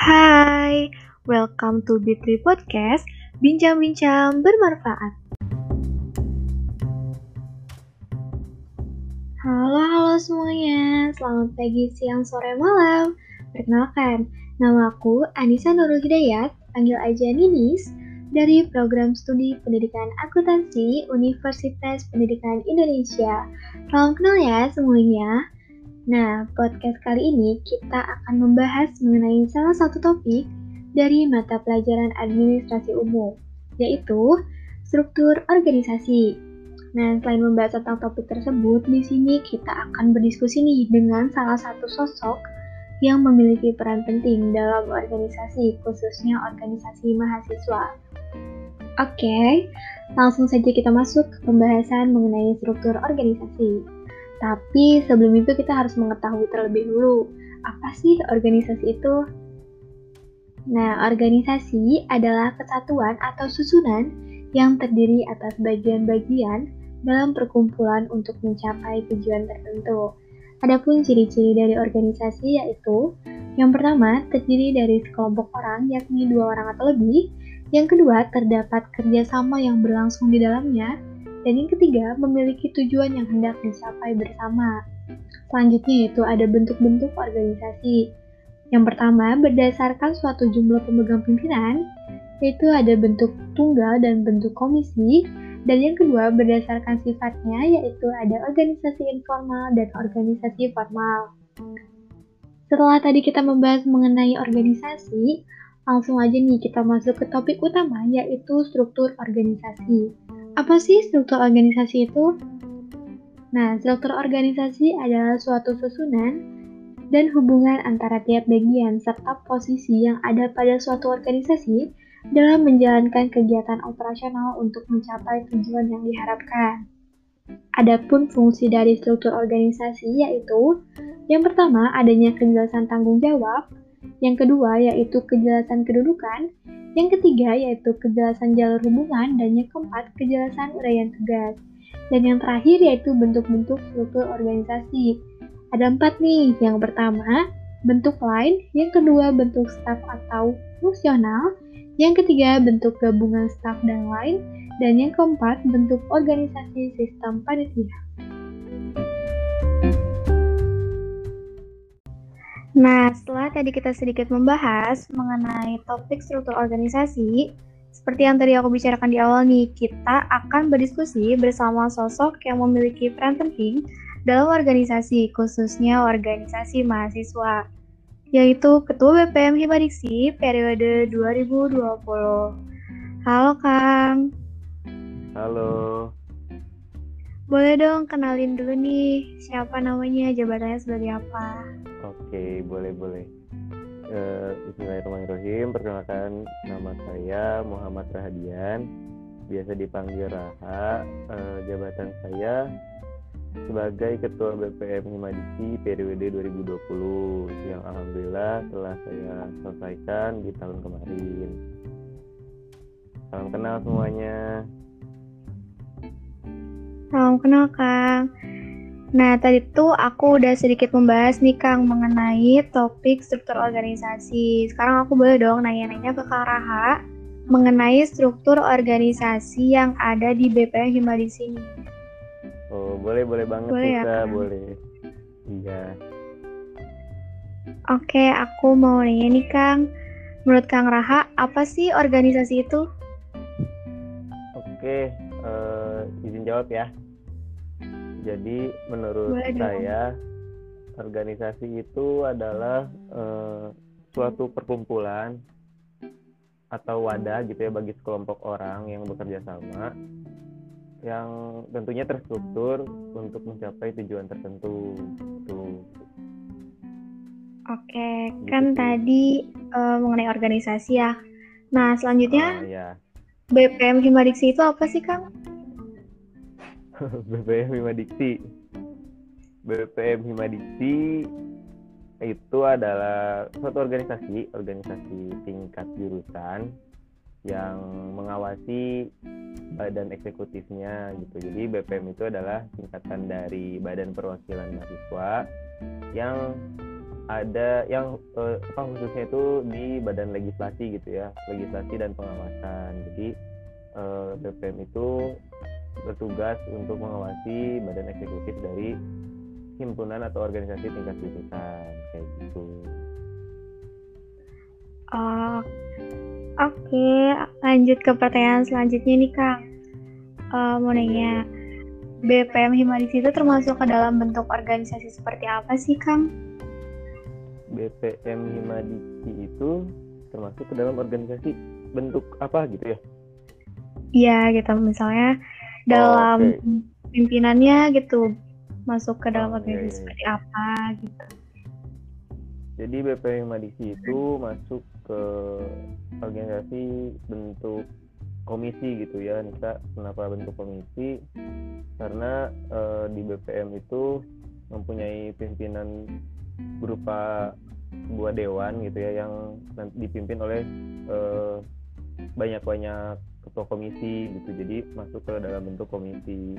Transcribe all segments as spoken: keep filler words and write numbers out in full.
Hai, welcome to B three Podcast, bincang-bincang bermanfaat. Halo, halo semuanya, selamat pagi, siang, sore, malam. Perkenalkan, nama aku Anissa Nurul Hidayat, panggil aja Ninis, dari program studi pendidikan akuntansi Universitas Pendidikan Indonesia. Salam kenal ya semuanya. Nah, podcast kali ini kita akan membahas mengenai salah satu topik dari mata pelajaran administrasi umum, yaitu struktur organisasi. Nah, selain membahas tentang topik tersebut, di sini kita akan berdiskusi nih dengan salah satu sosok yang memiliki peran penting dalam organisasi, khususnya organisasi mahasiswa. Oke, langsung saja kita masuk ke pembahasan mengenai struktur organisasi. Tapi sebelum itu kita harus mengetahui terlebih dulu, apa sih organisasi itu? Nah, organisasi adalah kesatuan atau susunan yang terdiri atas bagian-bagian dalam perkumpulan untuk mencapai tujuan tertentu. Adapun ciri-ciri dari organisasi yaitu, yang pertama terdiri dari sekelompok orang yakni dua orang atau lebih, yang kedua terdapat kerjasama yang berlangsung di dalamnya, dan yang ketiga, memiliki tujuan yang hendak dicapai bersama. Selanjutnya yaitu ada bentuk-bentuk organisasi. Yang pertama, berdasarkan suatu jumlah pemegang pimpinan, yaitu ada bentuk tunggal dan bentuk komisi. Dan yang kedua, berdasarkan sifatnya, yaitu ada organisasi informal dan organisasi formal. Setelah tadi kita membahas mengenai organisasi, langsung aja nih kita masuk ke topik utama, yaitu struktur organisasi. Apa sih struktur organisasi itu? Nah, struktur organisasi adalah suatu susunan dan hubungan antara tiap bagian serta posisi yang ada pada suatu organisasi dalam menjalankan kegiatan operasional untuk mencapai tujuan yang diharapkan. Adapun fungsi dari struktur organisasi yaitu, yang pertama adanya kejelasan tanggung jawab, yang kedua yaitu kejelasan kedudukan, yang ketiga yaitu kejelasan jalur hubungan, dan yang keempat kejelasan uraian tugas. Dan yang terakhir yaitu bentuk-bentuk struktur organisasi. Ada empat nih, yang pertama bentuk line, yang kedua bentuk staf atau fungsional, yang ketiga bentuk gabungan staf dan line, dan yang keempat bentuk organisasi sistem panitia. Nah, setelah tadi kita sedikit membahas mengenai topik struktur organisasi, seperti yang tadi aku bicarakan di awal nih, kita akan berdiskusi bersama sosok yang memiliki peran penting dalam organisasi, khususnya organisasi mahasiswa, yaitu Ketua B P M Himadiksi periode dua ribu dua puluh. Halo Kang. Halo. Boleh dong kenalin dulu nih, siapa namanya, jabatannya sebagai apa? Oke, boleh-boleh. Uh, Bismillahirrahmanirrahim. Perkenalkan, nama saya Muhammad Rahadian, biasa dipanggil Raha. Uh, jabatan saya sebagai Ketua B P M Himadiksi periode dua ribu dua puluh, yang alhamdulillah telah saya selesaikan di tahun kemarin. Salam kenal semuanya. Salam kenal Kang. Nah, tadi tuh aku udah sedikit membahas nih Kang mengenai topik struktur organisasi. Sekarang aku boleh dong nanya-nanya ke Kang Raha mengenai struktur organisasi yang ada di B P M Himadiksi ini. Oh, boleh, boleh banget boleh Nisa, ya, boleh. Iya. Oke, aku mau nanya nih Kang. Menurut Kang Raha, apa sih organisasi itu? Oke, uh, izin jawab ya. Jadi menurut Boleh saya dong. Organisasi itu adalah uh, suatu perkumpulan atau wadah gitu ya bagi sekelompok orang yang bekerja sama, yang tentunya terstruktur untuk mencapai tujuan tertentu. Tuh. Oke, gitu kan sih. tadi uh, mengenai organisasi ya. Nah, selanjutnya Oh, ya. B P M Himadiksi itu apa sih, Kang? B P M Himadiksi. B P M Himadiksi itu adalah suatu organisasi, organisasi tingkat jurusan yang mengawasi badan eksekutifnya gitu. Jadi B P M itu adalah singkatan dari Badan Perwakilan Mahasiswa yang ada yang uh, apa khususnya itu di badan legislasi gitu ya, legislasi dan pengawasan. Jadi uh, B P M itu bertugas untuk mengawasi badan eksekutif dari himpunan atau organisasi tingkat jurusan kayak gitu. Oh, oke, okay. Lanjut ke pertanyaan selanjutnya nih Kang. Uh, mau nanya, B P M Himadiksi itu termasuk ke dalam bentuk organisasi seperti apa sih Kang? B P M Himadiksi itu termasuk ke dalam organisasi bentuk apa gitu ya? Iya gitu, misalnya dalam oh, okay. pimpinannya gitu masuk ke dalam oh, organisasi iya, iya. seperti apa gitu. Jadi B P M Himadiksi itu masuk ke organisasi bentuk komisi gitu ya, Nisa. Kenapa bentuk komisi? Karena e, di B P M itu mempunyai pimpinan berupa sebuah dewan gitu ya, yang dipimpin oleh e, banyak-banyak ketua komisi gitu. Jadi masuk ke dalam bentuk komisi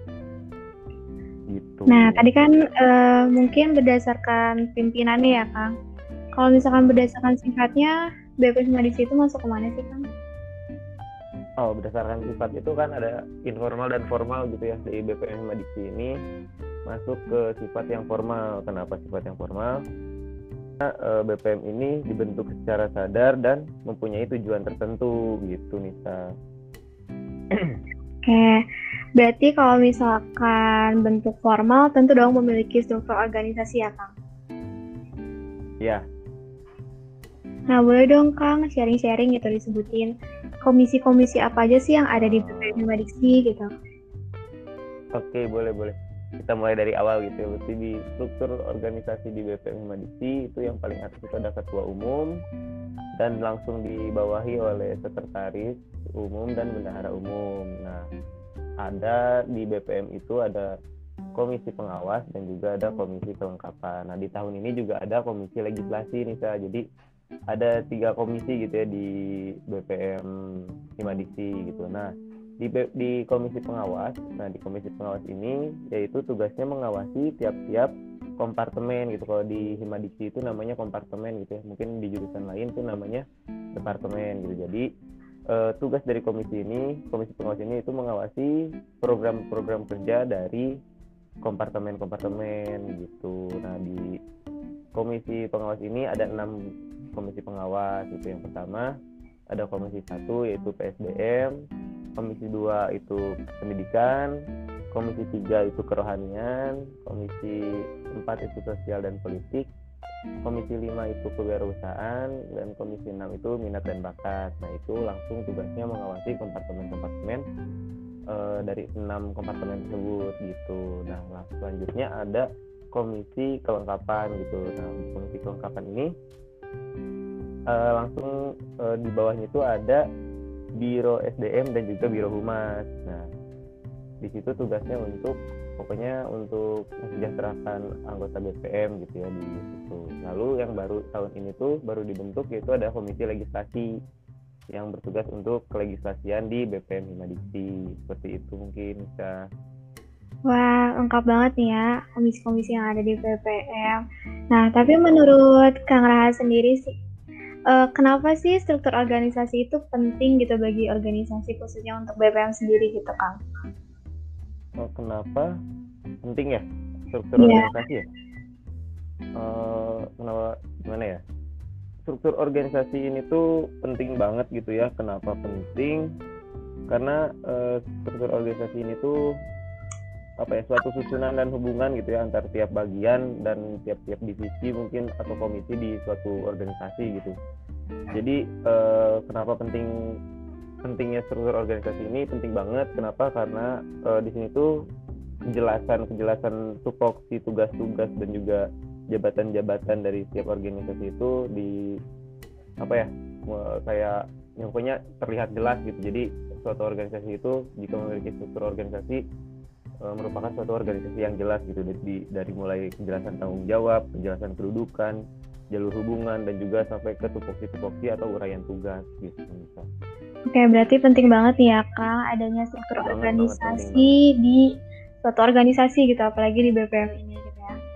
gitu. Nah, tadi kan e, mungkin berdasarkan pimpinannya ya, Kang. Kalau misalkan berdasarkan sifatnya, B P M Himadiksi itu masuk ke mana sih, Kang? Oh, berdasarkan sifat itu kan ada informal dan formal gitu ya. Di B P M Himadiksi ini masuk ke sifat yang formal. Kenapa sifat yang formal? Karena e, B P M ini dibentuk secara sadar dan mempunyai tujuan tertentu gitu, Nisa. Oke, berarti kalau misalkan bentuk formal tentu dong memiliki struktur organisasi ya, Kang? Iya. Nah, boleh dong Kang sharing-sharing gitu, disebutin komisi-komisi apa aja sih yang ada di B P M Himadiksi gitu. Oke, boleh-boleh. Kita mulai dari awal gitu ya. Berarti di struktur organisasi di B P M Himadiksi itu yang paling atas itu ada ketua umum dan langsung dibawahi oleh sekretaris umum dan bendahara umum. Nah, ada di B P M itu ada komisi pengawas dan juga ada komisi kelengkapan. Nah, di tahun ini juga ada komisi legislasi nih, Kak. Jadi ada tiga komisi gitu ya di B P M Himadiksi gitu. Nah, di di komisi pengawas, nah di komisi pengawas ini yaitu tugasnya mengawasi tiap-tiap kompartemen gitu. Kalau di Himadiksi itu namanya kompartemen gitu ya. Mungkin di jurusan lain tuh namanya departemen gitu. Jadi eh, tugas dari komisi ini, komisi pengawas ini itu mengawasi program-program kerja dari kompartemen-kompartemen gitu. Nah, di komisi pengawas ini ada enam komisi pengawas. Itu yang pertama ada komisi satu yaitu P S D M, komisi dua itu pendidikan, komisi tiga itu kerohanian, komisi empat itu sosial dan politik, komisi lima itu kewirausahaan, dan komisi enam itu minat dan bakat. Nah, itu langsung tugasnya mengawasi kompartemen-kompartemen e, dari enam kompartemen tersebut gitu. Nah, selanjutnya ada komisi kelengkapan gitu. Nah, komisi kelengkapan ini Uh, langsung uh, di bawahnya itu ada Biro S D M dan juga Biro Humas. Nah, di situ tugasnya untuk pokoknya untuk mensejahterakan anggota B P M gitu ya di situ. Lalu yang baru tahun ini tuh baru dibentuk yaitu ada komisi legislasi yang bertugas untuk kelegislasian di B P M Himadiksi. Seperti itu mungkin bisa. Wah, lengkap banget nih ya komisi-komisi yang ada di B P M. Nah, tapi menurut Kang Raha sendiri sih, uh, kenapa sih struktur organisasi itu penting gitu bagi organisasi khususnya untuk B P M sendiri gitu, Kang? Oh, kenapa penting ya struktur yeah. organisasi ya? Uh, kenapa gimana ya? Struktur organisasi ini tuh penting banget gitu ya. Kenapa penting? Karena uh, struktur organisasi ini tuh apa ya, suatu susunan dan hubungan gitu ya antar tiap bagian dan tiap-tiap divisi mungkin atau komisi di suatu organisasi gitu. Jadi eh, kenapa penting pentingnya struktur organisasi ini penting banget? Kenapa? Karena eh, di sini tuh kejelasan kejelasan tupoksi tugas-tugas dan juga jabatan-jabatan dari setiap organisasi itu di apa ya kayak yang punya terlihat jelas gitu. Jadi suatu organisasi itu jika memiliki struktur organisasi merupakan suatu organisasi yang jelas gitu, dari, dari mulai penjelasan tanggung jawab, penjelasan kedudukan, jalur hubungan, dan juga sampai ke tupoksi-tupoksi atau uraian tugas gitu. Misal. Oke, berarti penting banget nih ya Kang adanya struktur banget, organisasi banget, di suatu organisasi gitu, apalagi di B P M ini gitu ya.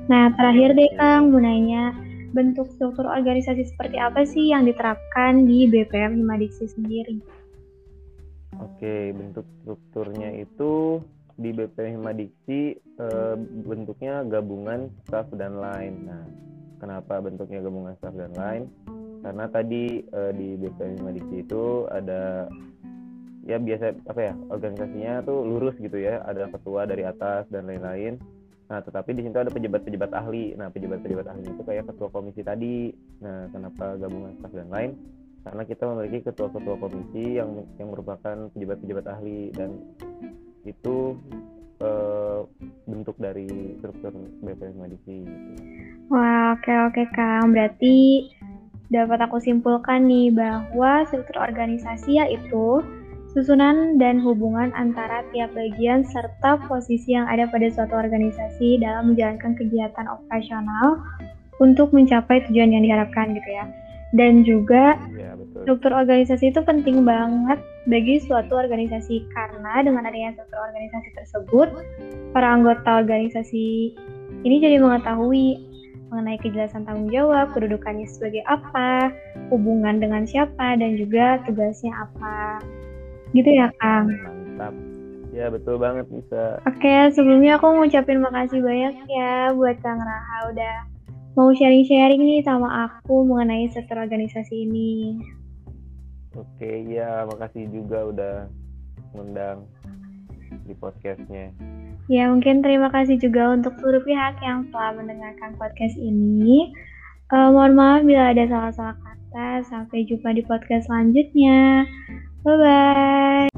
Nah, terakhir deh Kang, mau nanya, bentuk struktur organisasi seperti apa sih yang diterapkan di B P M Himadiksi sendiri? Oke, bentuk strukturnya itu di B P M Himadiksi eh, bentuknya gabungan staff dan line. Nah, kenapa bentuknya gabungan staff dan line? Karena tadi eh, di B P M Himadiksi itu ada ya biasa apa ya organisasinya tuh lurus gitu ya, ada ketua dari atas dan lain-lain. Nah, tetapi di situ ada pejabat-pejabat ahli. Nah, pejabat-pejabat ahli itu kayak ketua komisi tadi. Nah, kenapa gabungan staff dan lain? Karena kita memiliki ketua-ketua komisi yang yang merupakan pejabat-pejabat ahli, dan itu eh, bentuk dari struktur B P M Himadiksi gitu. Wah, oke oke Kang. Berarti dapat aku simpulkan nih bahwa struktur organisasi yaitu susunan dan hubungan antara tiap bagian serta posisi yang ada pada suatu organisasi dalam menjalankan kegiatan operasional untuk mencapai tujuan yang diharapkan gitu ya. Dan juga Ya, betul. struktur organisasi itu penting banget bagi suatu organisasi karena dengan adanya struktur organisasi tersebut, para anggota organisasi ini jadi mengetahui mengenai kejelasan tanggung jawab, kedudukannya sebagai apa, hubungan dengan siapa, dan juga tugasnya apa. Gitu ya, Kang? Mantap. Ya, betul banget bisa. Oke, sebelumnya aku ngucapin makasih banyak ya buat Kang Raha udah mau sharing-sharing nih sama aku mengenai struktur organisasi ini. Oke, ya makasih juga udah ngundang di podcastnya. Ya, mungkin terima kasih juga untuk seluruh pihak yang telah mendengarkan podcast ini. Uh, mohon maaf bila ada salah-salah kata. Sampai jumpa di podcast selanjutnya. Bye-bye.